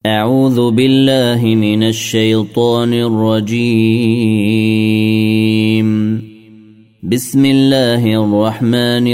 أعوذ بالله من الشيطان الرجيم. بسم الله الرحمن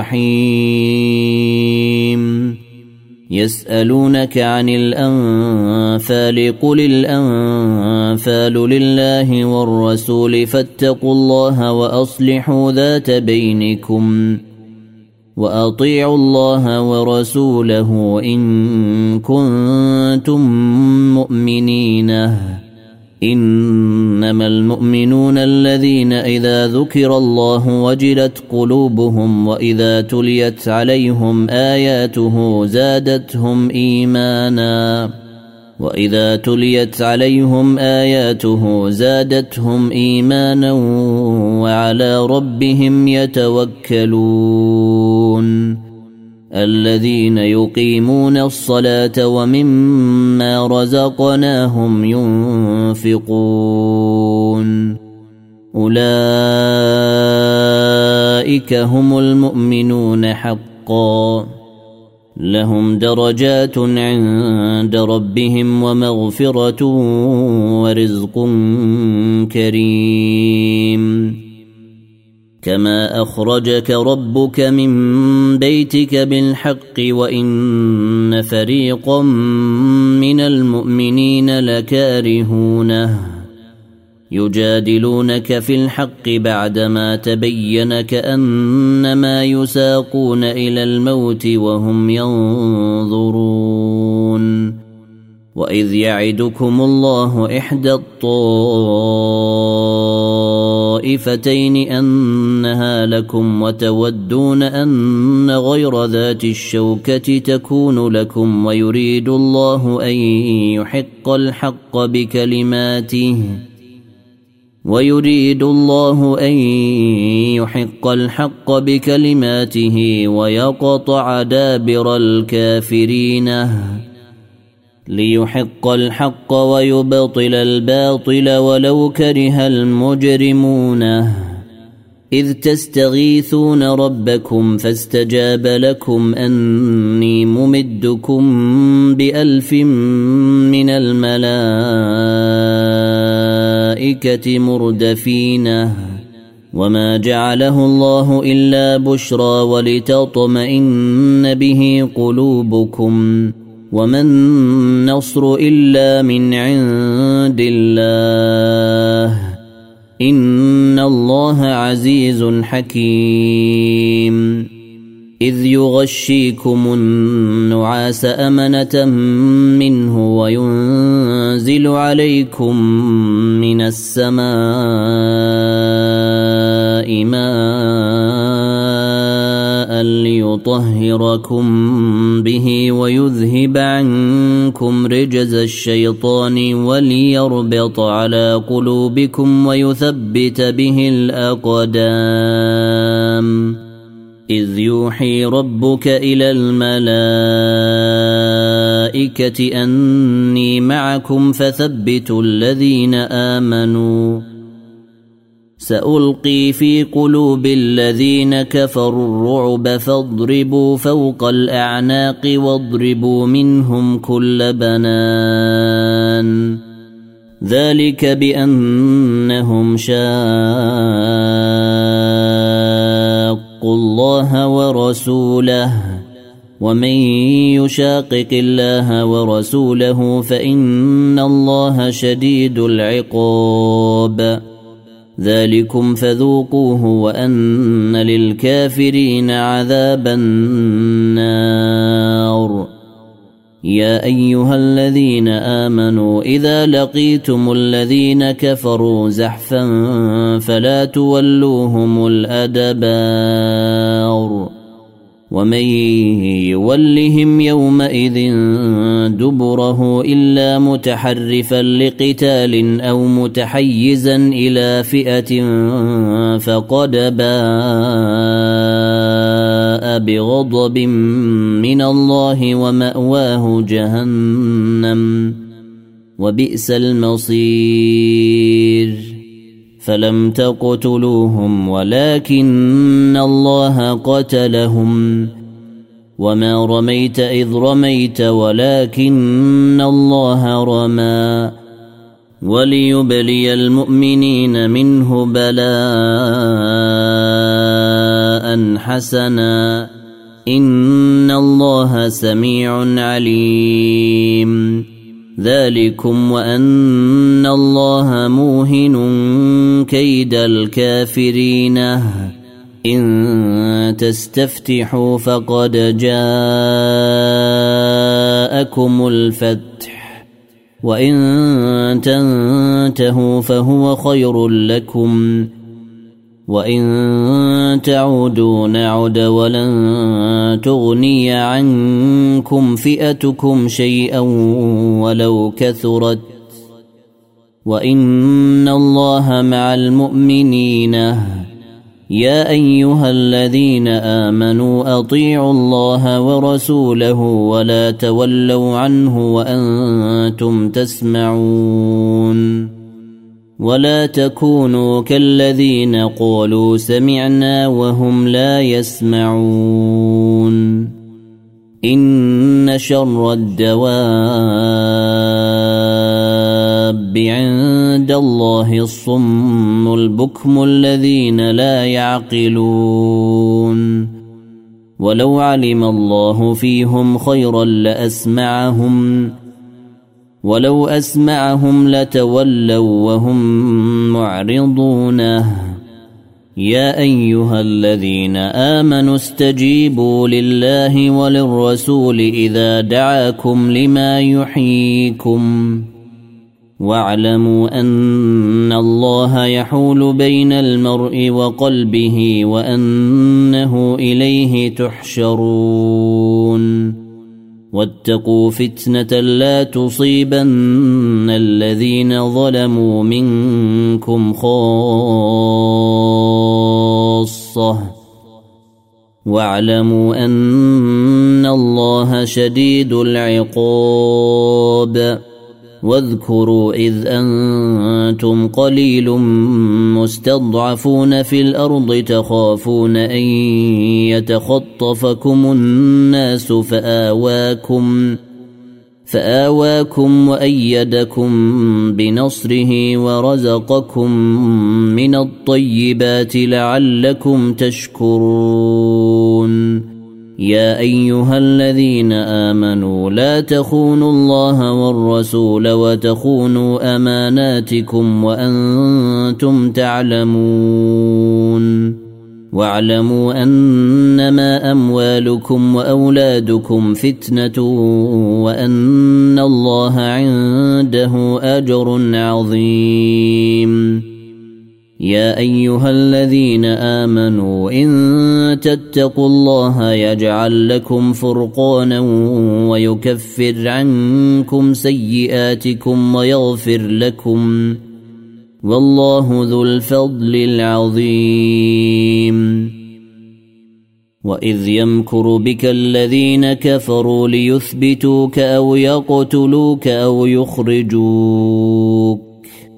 الرحيم. يسألونك عن الأنفال قل الأنفال لله والرسول فاتقوا الله وأصلحوا ذات بينكم وأطيعوا الله ورسوله إن كنتم مؤمنين. إنما المؤمنون الذين إذا ذكر الله وجلت قلوبهم وإذا تليت عليهم آياته زادتهم إيمانا وعلى ربهم يتوكلون. الذين يقيمون الصلاة ومما رزقناهم ينفقون أولئك هم المؤمنون حقا لهم درجات عند ربهم ومغفرة ورزق كريم. كما أخرجك ربك من بيتك بالحق وإن فريقا من المؤمنين لكارهونه يجادلونك في الحق بعدما تبين كأنما يساقون إلى الموت وهم ينظرون. وإذ يعدكم الله إحدى الطائفتين أنها لكم وتودون أن غير ذات الشوكة تكون لكم ويريد الله أن يحق الحق بكلماته ويقطع دابر الكافرين ليحق الحق ويبطل الباطل ولو كره المجرمون. إذ تستغيثون ربكم فاستجاب لكم أني ممدكم ب1000 من الملائكة مردفين. وما جعله الله إلا بشرى ولتطمئن به قلوبكم وما النصر إلا من عند الله إن الله عزيز حكيم. إذ يغشيكم النعاس أمنة منه وينزل عليكم من السماء ماء ليطهركم به ويذهب عنكم رجز الشيطان وليربط على قلوبكم ويثبت به الأقدام. إذ يوحي ربك إلى الملائكة أني معكم فثبتوا الذين آمنوا سألقي في قلوب الذين كفروا الرعب فاضربوا فوق الأعناق واضربوا منهم كل بنان. ذلك بأنهم شاقوا الله ورسوله ومن يشاقق الله ورسوله فإن الله شديد العقاب. ذلكم فذوقوه وأن للكافرين عذاب النار. يا أيها الذين آمنوا إذا لقيتم الذين كفروا زحفا فلا تولوهم الأدبار. ومن يولهم يومئذ دبره إلا متحرفا لقتال أو متحيزا إلى فئة فقد باء بغضب من الله ومأواه جهنم وبئس المصير. فلم تقتلوهم ولكن الله قتلهم وما رميت إذ رميت ولكن الله رمى وليبلي المؤمنين منه بلاء حسنا إن الله سميع عليم ذلكم وأن الله موهن كيد الكافرين إن تستفتحوا فقد جاءكم الفتح وإن تنتهوا فهو خير لكم وإن تعودوا نعد ولن تغني عنكم فئتكم شيئا ولو كثرت وإن الله مع المؤمنين يا أيها الذين آمنوا أطيعوا الله ورسوله ولا تولوا عنه وأنتم تسمعون ولا تكونوا كالذين قالوا سمعنا وهم لا يسمعون إن شر الدواب عند الله الصم البكم الذين لا يعقلون ولو علم الله فيهم خيرا لأسمعهم ولو أسمعهم لتولوا وهم معرضون يا أيها الذين آمنوا استجيبوا لله وللرسول إذا دعاكم لما يحييكم واعلموا أن الله يحول بين المرء وقلبه وأنه إليه تحشرون واتقوا فتنة لا تصيبن الذين ظلموا منكم خاصة واعلموا أن الله شديد العقاب واذكروا إذ أنتم قليل مستضعفون في الأرض تخافون أن يتخطفكم الناس فآواكم وأيدكم بنصره ورزقكم من الطيبات لعلكم تشكرون يا أيها الذين آمنوا لا تخونوا الله والرسول وتخونوا أماناتكم وأنتم تعلمون واعلموا أنما أموالكم وأولادكم فتنة وأن الله عنده أجر عظيم يا أيها الذين آمنوا إن تتقوا الله يجعل لكم فرقانا ويكفر عنكم سيئاتكم ويغفر لكم والله ذو الفضل العظيم وإذ يمكر بك الذين كفروا ليثبتوك أو يقتلوك أو يخرجوك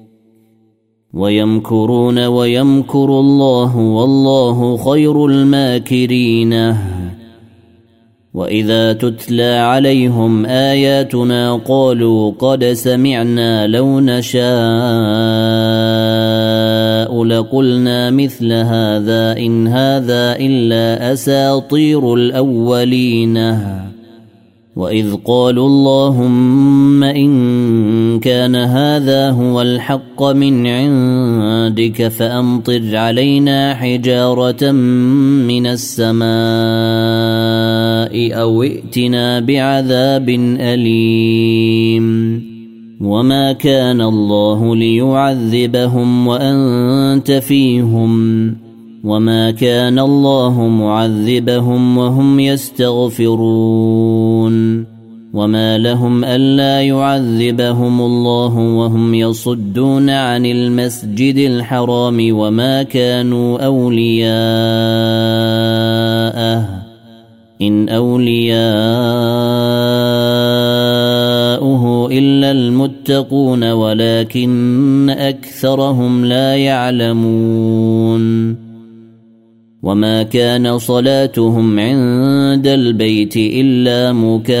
ويمكرون ويمكر الله والله خير الماكرين وإذا تتلى عليهم آياتنا قالوا قد سمعنا لو نشاء لقلنا مثل هذا إن هذا إلا أساطير الأولين وإذ قالوا اللهم إن كان هذا هو الحق من عندك فأمطر علينا حجارة من السماء أو ائتنا بعذاب أليم وما كان الله ليعذبهم وأنت فيهم وما كان الله معذبهم وهم يستغفرون وما لهم ألا يعذبهم الله وهم يصدون عن المسجد الحرام وما كانوا أولياءه إن أولياؤه إلا المتقون ولكن أكثرهم لا يعلمون وما كان صلاتهم عند البيت إلا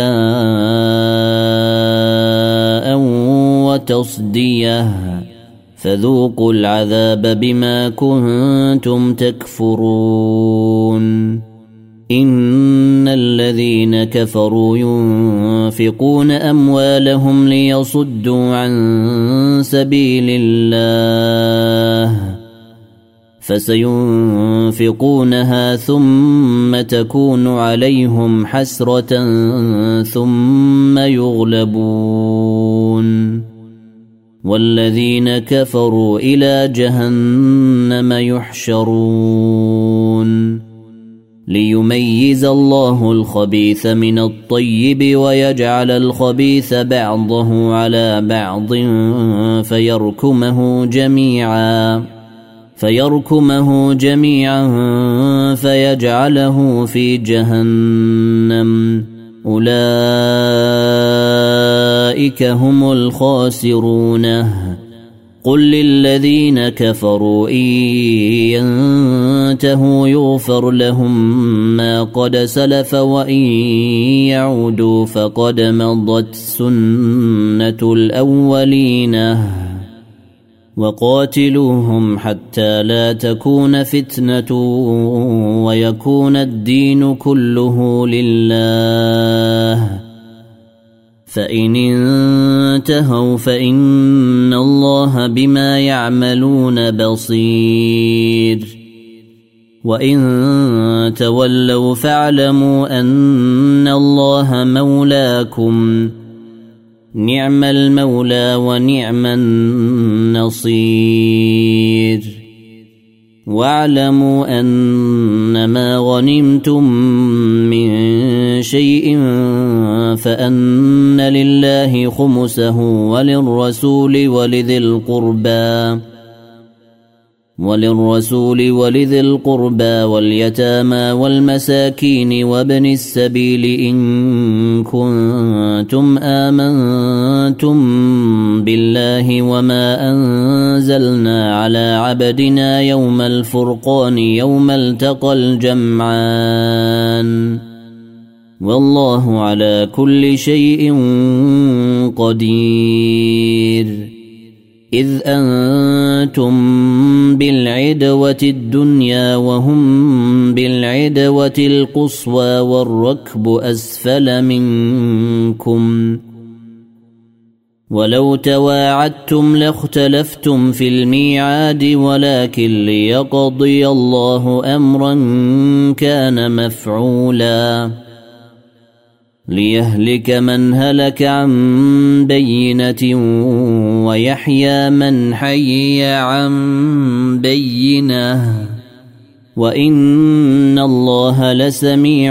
مكاء وتصدية فذوقوا العذاب بما كنتم تكفرون إن الذين كفروا ينفقون أموالهم ليصدوا عن سبيل الله فسينفقونها ثم تكون عليهم حسرة ثم يغلبون والذين كفروا إلى جهنم يحشرون ليميز الله الخبيث من الطيب ويجعل الخبيث بعضه على بعض فيركمه جميعا فيجعله في جهنم أولئك هم الخاسرون قل للذين كفروا إن ينتهوا يغفر لهم ما قد سلف وإن يعودوا فقد مضت سنة الأولين وقاتلوهم حتى لا تكون فتنة ويكون الدين كله لله فإن انتهوا فإن الله بما يعملون بصير وإن تولوا فاعلموا أن الله مولاكم نعم المولى ونعم النصير واعلموا أنما غنمتم من شيء فأن لله خمسه وللرسول ولذي القربى واليتامى والمساكين وابن السبيل إن كنتم آمنتم بالله وما أنزلنا على عبدنا يوم الفرقان يوم التقى الجمعان والله على كل شيء قدير إذ أنتم بالعدوة الدنيا وهم بالعدوة القصوى والركب أسفل منكم ولو تواعدتم لاختلفتم في الميعاد ولكن ليقضي الله أمرا كان مفعولا ليهلك من هلك عن بينة ويحيى من حي عن بينة وإن الله لسميع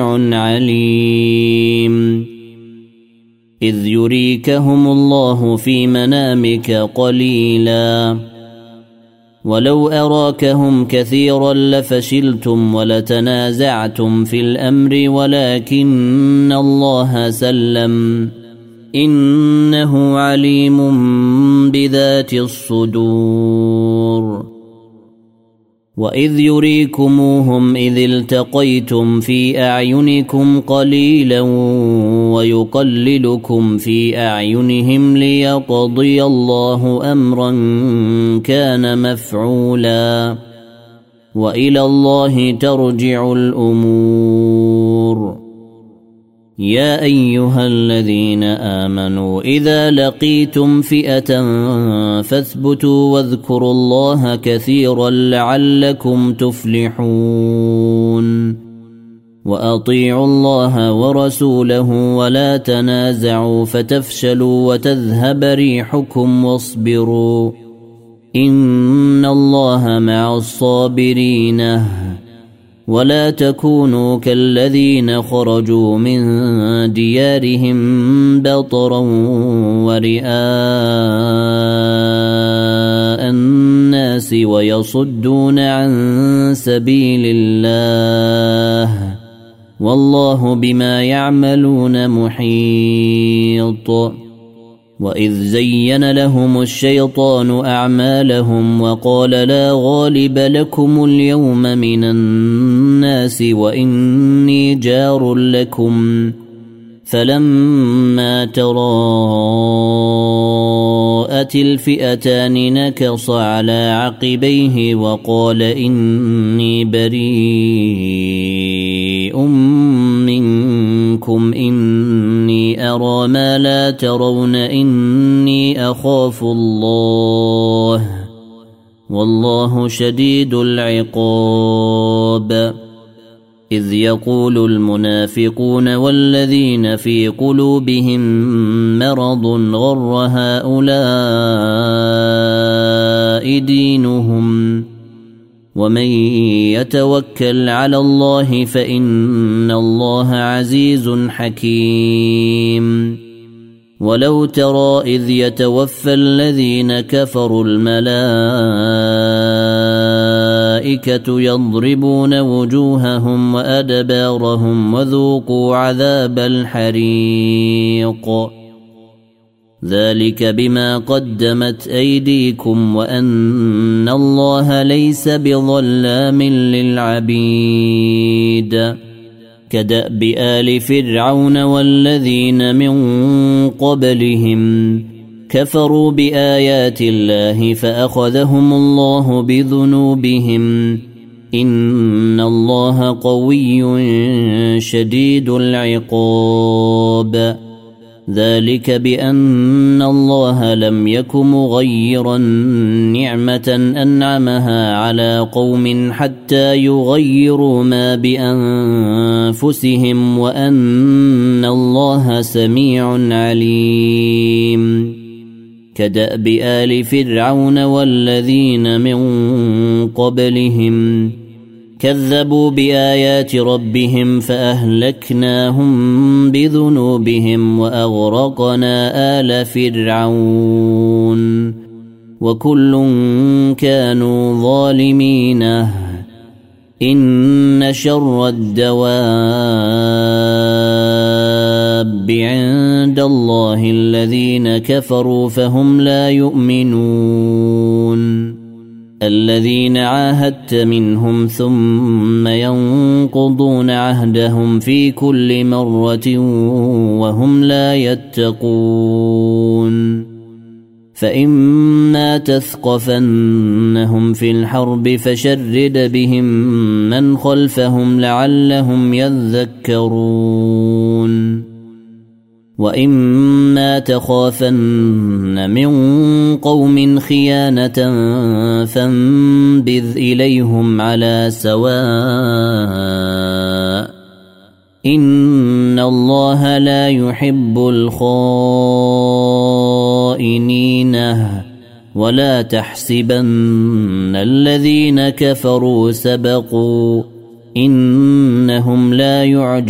عليم إذ يريكهم الله في منامك قليلا ولو أراكهم كثيرا لفشلتم ولتنازعتم في الأمر ولكن الله سلم إنه عليم بذات الصدور وإذ يريكموهم إذ التقيتم في أعينكم قليلا ويقللكم في أعينهم ليقضي الله أمرا كان مفعولا وإلى الله ترجع الأمور يا أيها الذين آمنوا إذا لقيتم فئة فاثبتوا واذكروا الله كثيرا لعلكم تفلحون وأطيعوا الله ورسوله ولا تنازعوا فتفشلوا وتذهب ريحكم واصبروا إن الله مع الصابرين ولا تكونوا كالذين خرجوا من ديارهم بطرا ورئاء الناس ويصدون عن سبيل الله والله بما يعملون محيط وإذ زين لهم الشيطان أعمالهم وقال لا غالب لكم اليوم من الناس وإني جار لكم فلما تراءت الفئتان نكص على عقبيه وقال إني بريء منكم إني أرى ما لا ترون إني أخاف الله والله شديد العقاب إذ يقول المنافقون والذين في قلوبهم مرض غر هؤلاء دينهم ومن يتوكل على الله فإن الله عزيز حكيم ولو ترى إذ يتوفى الذين كفروا الملائكة يضربون وجوههم وأدبارهم وذوقوا عذاب الحريق ذلك بما قدمت أيديكم وأن الله ليس بظلام للعبيد كدأب آل فرعون والذين من قبلهم كفروا بآيات الله فأخذهم الله بذنوبهم إن الله قوي شديد العقاب ذلك بأن الله لم يك مغيرا نعمة أنعمها على قوم حتى يغيروا ما بأنفسهم وأن الله سميع عليم كدأب آل فرعون والذين من قبلهم كذبوا بآيات ربهم فأهلكناهم بذنوبهم وأغرقنا آل فرعون وكل كانوا ظالمين إن شر الدواب عند الله الذين كفروا فهم لا يؤمنون الذين عاهدت منهم ثم ينقضون عهدهم في كل مرة وهم لا يتقون فإما تثقفنهم في الحرب فشرد بهم من خلفهم لعلهم يذكرون وإما تخافن من قوم خيانة فانبذ إليهم على سواء إن الله لا يحب الخائنين ولا تحسبن الذين كفروا سبقوا إنهم لا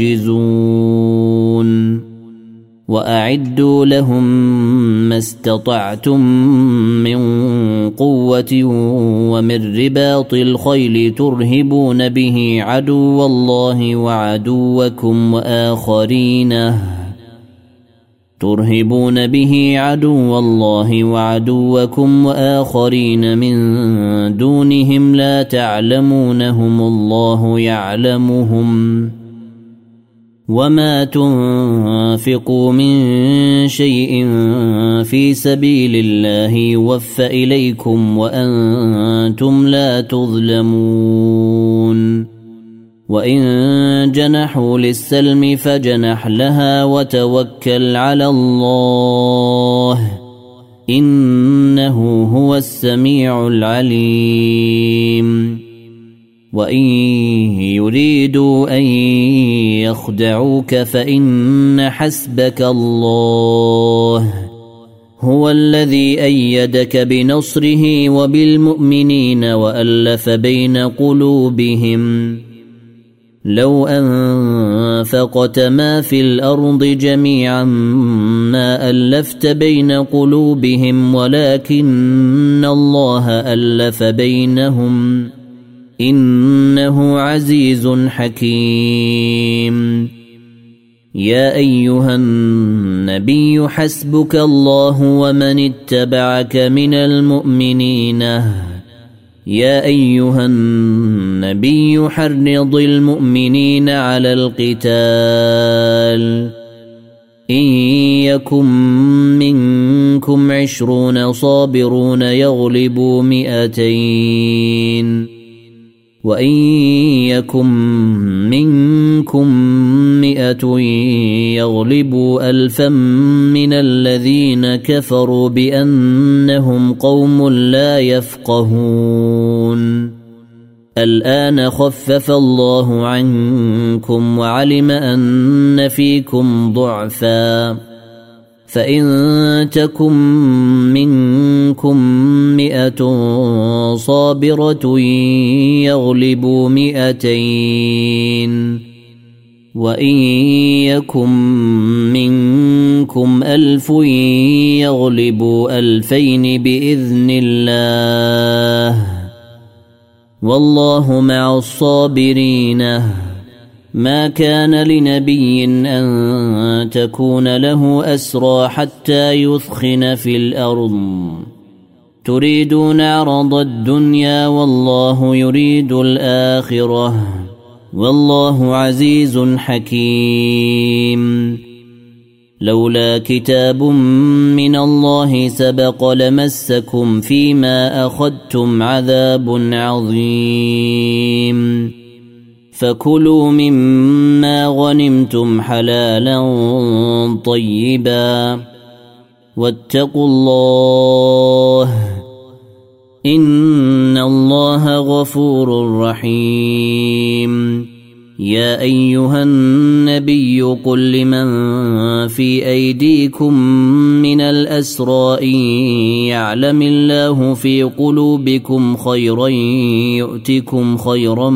يعجزون وأعدوا لهم ما استطعتم من قوة ومن رباط الخيل ترهبون به عدو الله وعدوكم وآخرين من دونهم لا تعلمونهم الله يعلمهم وما تنفقوا من شيء في سبيل الله يوفى إليكم وأنتم لا تظلمون وإن جنحوا للسلم فجنح لها وتوكل على الله إنه هو السميع العليم وإن يريدوا أن يخدعوك فإن حسبك الله هو الذي أيدك بنصره وبالمؤمنين وألف بين قلوبهم لو أنفقت ما في الأرض جميعا ما ألفت بين قلوبهم ولكن الله ألف بينهم إنه عزيز حكيم يا أيها النبي حسبك الله ومن اتبعك من المؤمنين يا أيها النبي حرض المؤمنين على القتال إن يكن منكم 20 صابرون يغلبوا 200 وإن يكن منكم 100 يغلبوا 1000 من الذين كفروا بأنهم قوم لا يفقهون الآن خفف الله عنكم وعلم أن فيكم ضعفا فإن تكن منكم 100 صابرة يغلبوا 200 وإن يكن منكم 1000 يغلبوا 2000 بإذن الله والله مع الصابرين ما كان لنبي أن تكون له أسرى حتى يثخن في الأرض تريدون عرض الدنيا والله يريد الآخرة والله عزيز حكيم لولا كتاب من الله سبق لمسكم فيما أخذتم عذاب عظيم فكلوا مما غنمتم حلالا طيبا واتقوا الله إن الله غفور رحيم يا أيها النبي قل لمن في أيديكم من الأسرى إن يعلم الله في قلوبكم خيرا يؤتكم خيرا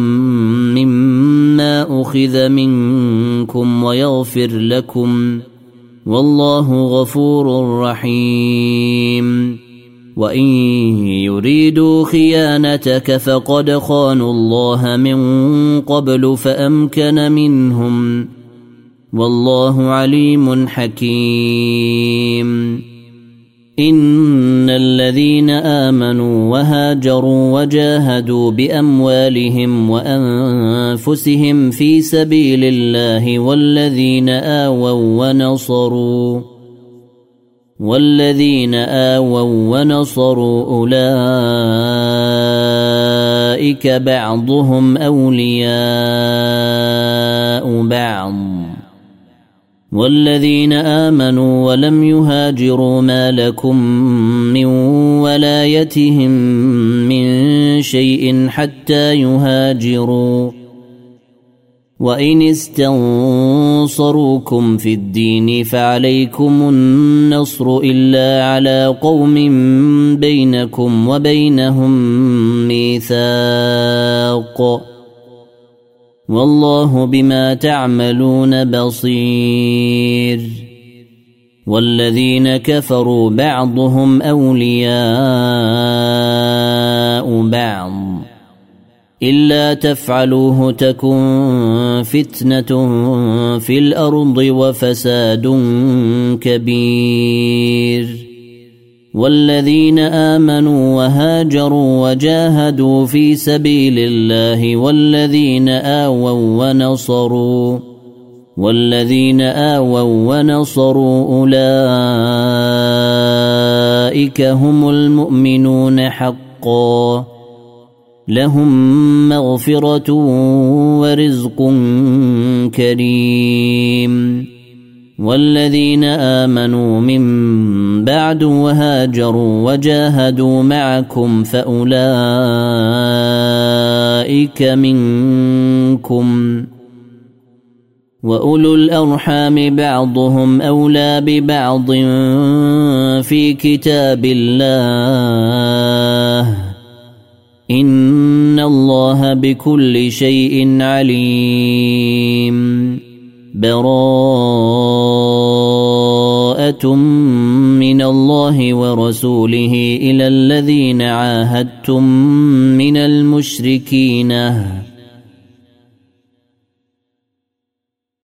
مما أخذ منكم ويغفر لكم والله غفور رحيم وإن يريدوا خيانتك فقد خانوا الله من قبل فأمكن منهم والله عليم حكيم إن الذين آمنوا وهاجروا وجاهدوا بأموالهم وأنفسهم في سبيل الله والذين آووا ونصروا أولئك بعضهم أولياء بعض والذين آمنوا ولم يهاجروا ما لكم من ولايتهم من شيء حتى يهاجروا وإن استنصروكم في الدين فعليكم النصر إلا على قوم بينكم وبينهم ميثاق والله بما تعملون بصير والذين كفروا بعضهم أولياء بعض إلا تفعلوه تكن فتنة في الأرض وفساد كبير والذين آمنوا وهاجروا وجاهدوا في سبيل الله والذين آووا ونصروا أولئك هم المؤمنون حقا لهم مغفرة ورزق كريم والذين آمنوا من بعد وهاجروا وجاهدوا معكم فأولئك منكم وأولو الأرحام بعضهم أولى ببعض في كتاب الله إن الله بكل شيء عليم براءة من الله ورسوله إلى الذين عاهدتم من المشركين